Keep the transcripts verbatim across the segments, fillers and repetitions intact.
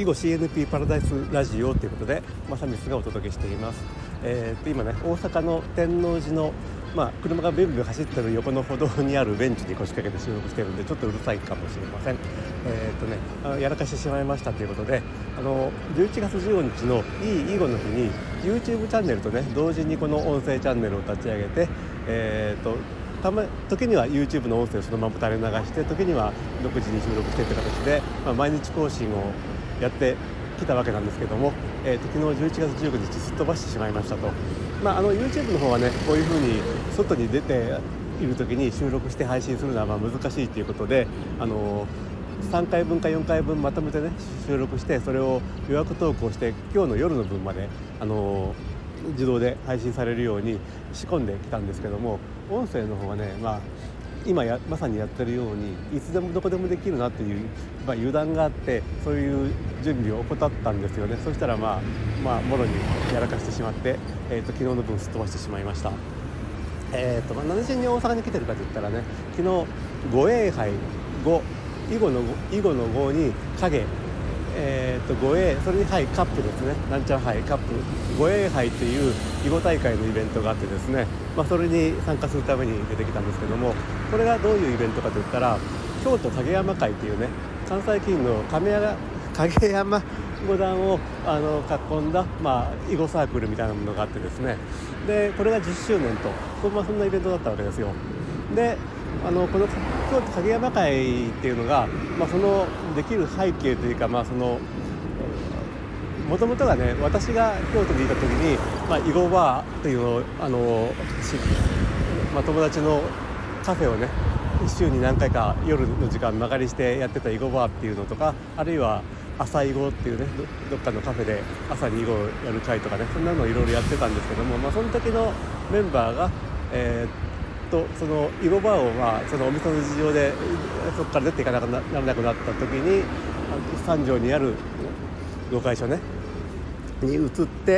囲碁 シーエヌピー パラダイスラジオということでまさみすがお届けしています。えー、と今ね大阪の天王寺の、まあ、車がビュンビュン走ってる横の歩道にあるベンチに腰掛けて収録してるんでちょっとうるさいかもしれません。えー、とねあやらかしてしまいましたということで、あのじゅういちがつじゅうごにちのいい囲碁の日に YouTube チャンネルとね同時にこの音声チャンネルを立ち上げて、えー、とたま時には YouTube の音声をそのまま垂れ流して時には独自に収録してという形で、まあ、毎日更新をやってきたわけなんですけども、えー、と昨日じゅういちがつじゅうごにちすっ飛ばしてしまいましたと。まあ、あの YouTube の方はねこういう風に外に出ている時に収録して配信するのはまあ難しいということで、あのー、さんかいぶんかよんかいぶんまとめてね収録してそれを予約投稿して今日の夜の分まで、あのー自動で配信されるように仕込んできたんですけども、音声の方はね、まあ、今やまさにやってるようにいつでもどこでもできるなっていう、まあ、油断があってそういう準備を怠ったんですよね。そしたらまあまあもろにやらかしてしまって、えーと、昨日の分すっ飛ばしてしまいました。えーとまあ、何しに大阪に来てるかといったらね、昨日護衛杯ご囲碁の囲碁のごに影、えー、と護衛それに杯カップですね、なんちゃん杯カップ護衛杯という囲碁大会のイベントがあってですね、まあ、それに参加するために出てきたんですけども、これがどういうイベントかといったら京都影山会というね関西棋院の亀山影山五段をあの囲んだ、まあ、囲碁サークルみたいなものがあってですね、でこれがじゅっしゅうねんと、まあ、そんなイベントだったわけですよ。であのこの京都影山会っていうのが、まあ、そのできる背景というか、まあそのもともとがね私が京都にいた時に、まあ、囲碁バーというのをあの、まあ、友達のカフェをね週に何回か夜の時間間借りしてやってた囲碁バーっていうのとか、あるいは朝囲碁っていうね ど, どっかのカフェで朝に囲碁をやる会とかね、そんなのをいろいろやってたんですけども、まあ、その時のメンバーが、えーとその囲碁バーを、まあ、そのお店の事情でそこから出ていかなく な, ならなくなった時に三条にある碁会所ねに移って、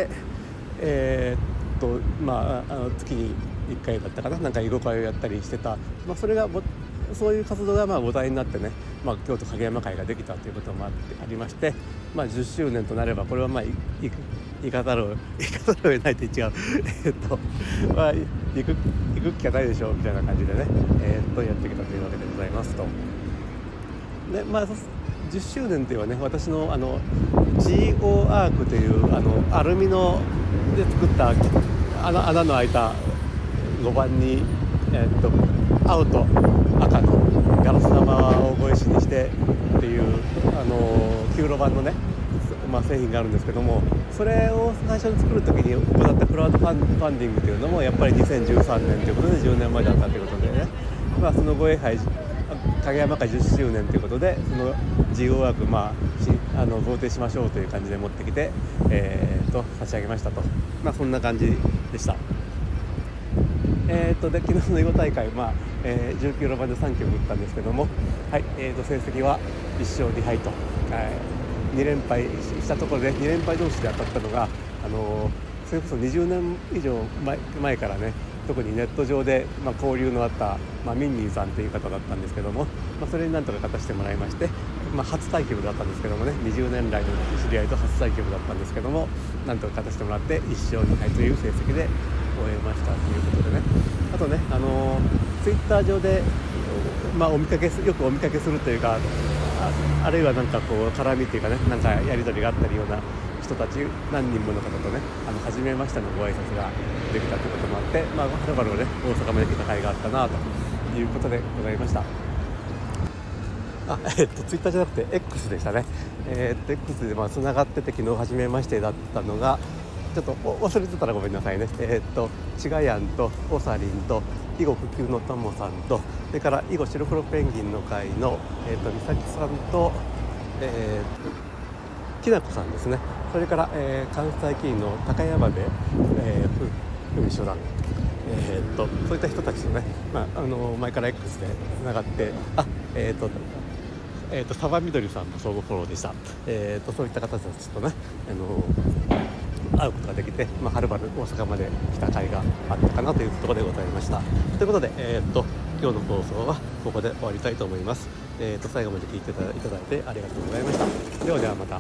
えー、っとまああの月にいっかいだったかな、なんか囲碁会をやったりしてた、まあ、それがそういう活動がまあ母体になってね、まあ、京都影山会ができたということもあってありまして、まあ、じゅっしゅうねんとなればこれはまあいい言い方を言い方を得ないと違うえっとまあ行く行く気がないでしょうみたいな感じでね、えー、っとやってきたというわけでございますと。でまあじゅっしゅうねんというのはね、私のあの ジーオー アークというあのアルミので作った穴、穴の開いたごばんに、えー、っと青と赤のガラス玉を碁石にしてっていうあのきゅうろばんのね、まあ、製品があるんですけども、それを最初に作る時に行ったクラウドファンディングというのもやっぱりにせんじゅうさんねんということでじゅうねんまえだったということでね、まあ、その護衛杯影山会じゅっしゅうねんということでその ジーオー ワーク、まあ、あの贈呈しましょうという感じで持ってきて、えー、と差し上げましたと、まあ、そんな感じでした。えー、とで昨日の囲碁大会、まあえー、じゅうきゅうろばんでさんきょく打ったんですけども、はいえー、と成績はいっしょうにはいと、えー、にれんぱいしたところでにれんぱい同士で当たったのが、あのー、それこそにじゅうねん以上 前, 前からね特にネット上で、まあ、交流のあった、まあ、ミンミンさんという方だったんですけども、まあ、それになんとか勝たせてもらいまして、まあ、初対局だったんですけどもね、にじゅうねん来の知り合いと初対局だったんですけども、なんとか勝たせてもらっていっしょうにはいという成績で終えましたということでね、あとね、あのー、ツイッター上で、まあ、お見かけすよくお見かけするというか あ, あるいはなんかこう絡みというかね、なんかやり取りがあったりような人たち何人もの方とね、あの初めましてのご挨拶ができたということもあって、まあ、はるばるね大阪まで来た甲斐があったなということでございました。あ、えっとツイッターじゃなくて X でしたね。えー、っと X でまあつながってて昨日初めましてだったのがちょっと忘れてたらごめんなさいね。えー、っとちがやんとおさりんと囲碁普及のたもさんと、それから囲碁白黒ペンギンの会の、えー、っと美咲さんと、えー、きなこさんですね。それから、えー、関西棋院の高山部、えー、文初段、えー、っとそういった人たちとね、まあ、あの前から X でつながって、あえー、っとえー、とサバみどりさんも相互フォローでした。えー、とそういった方たちとね、あの会うことができて、まあ、はるばる大阪まで来た甲斐があったかなというところでございました。ということで、えー、と今日の放送はここで終わりたいと思います。えー、と最後まで聞いていただいてありがとうございました。ではではまた。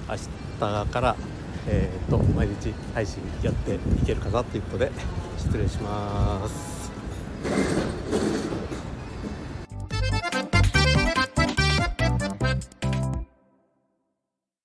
明日から、えー、と毎日配信やっていけるかなということで失礼します。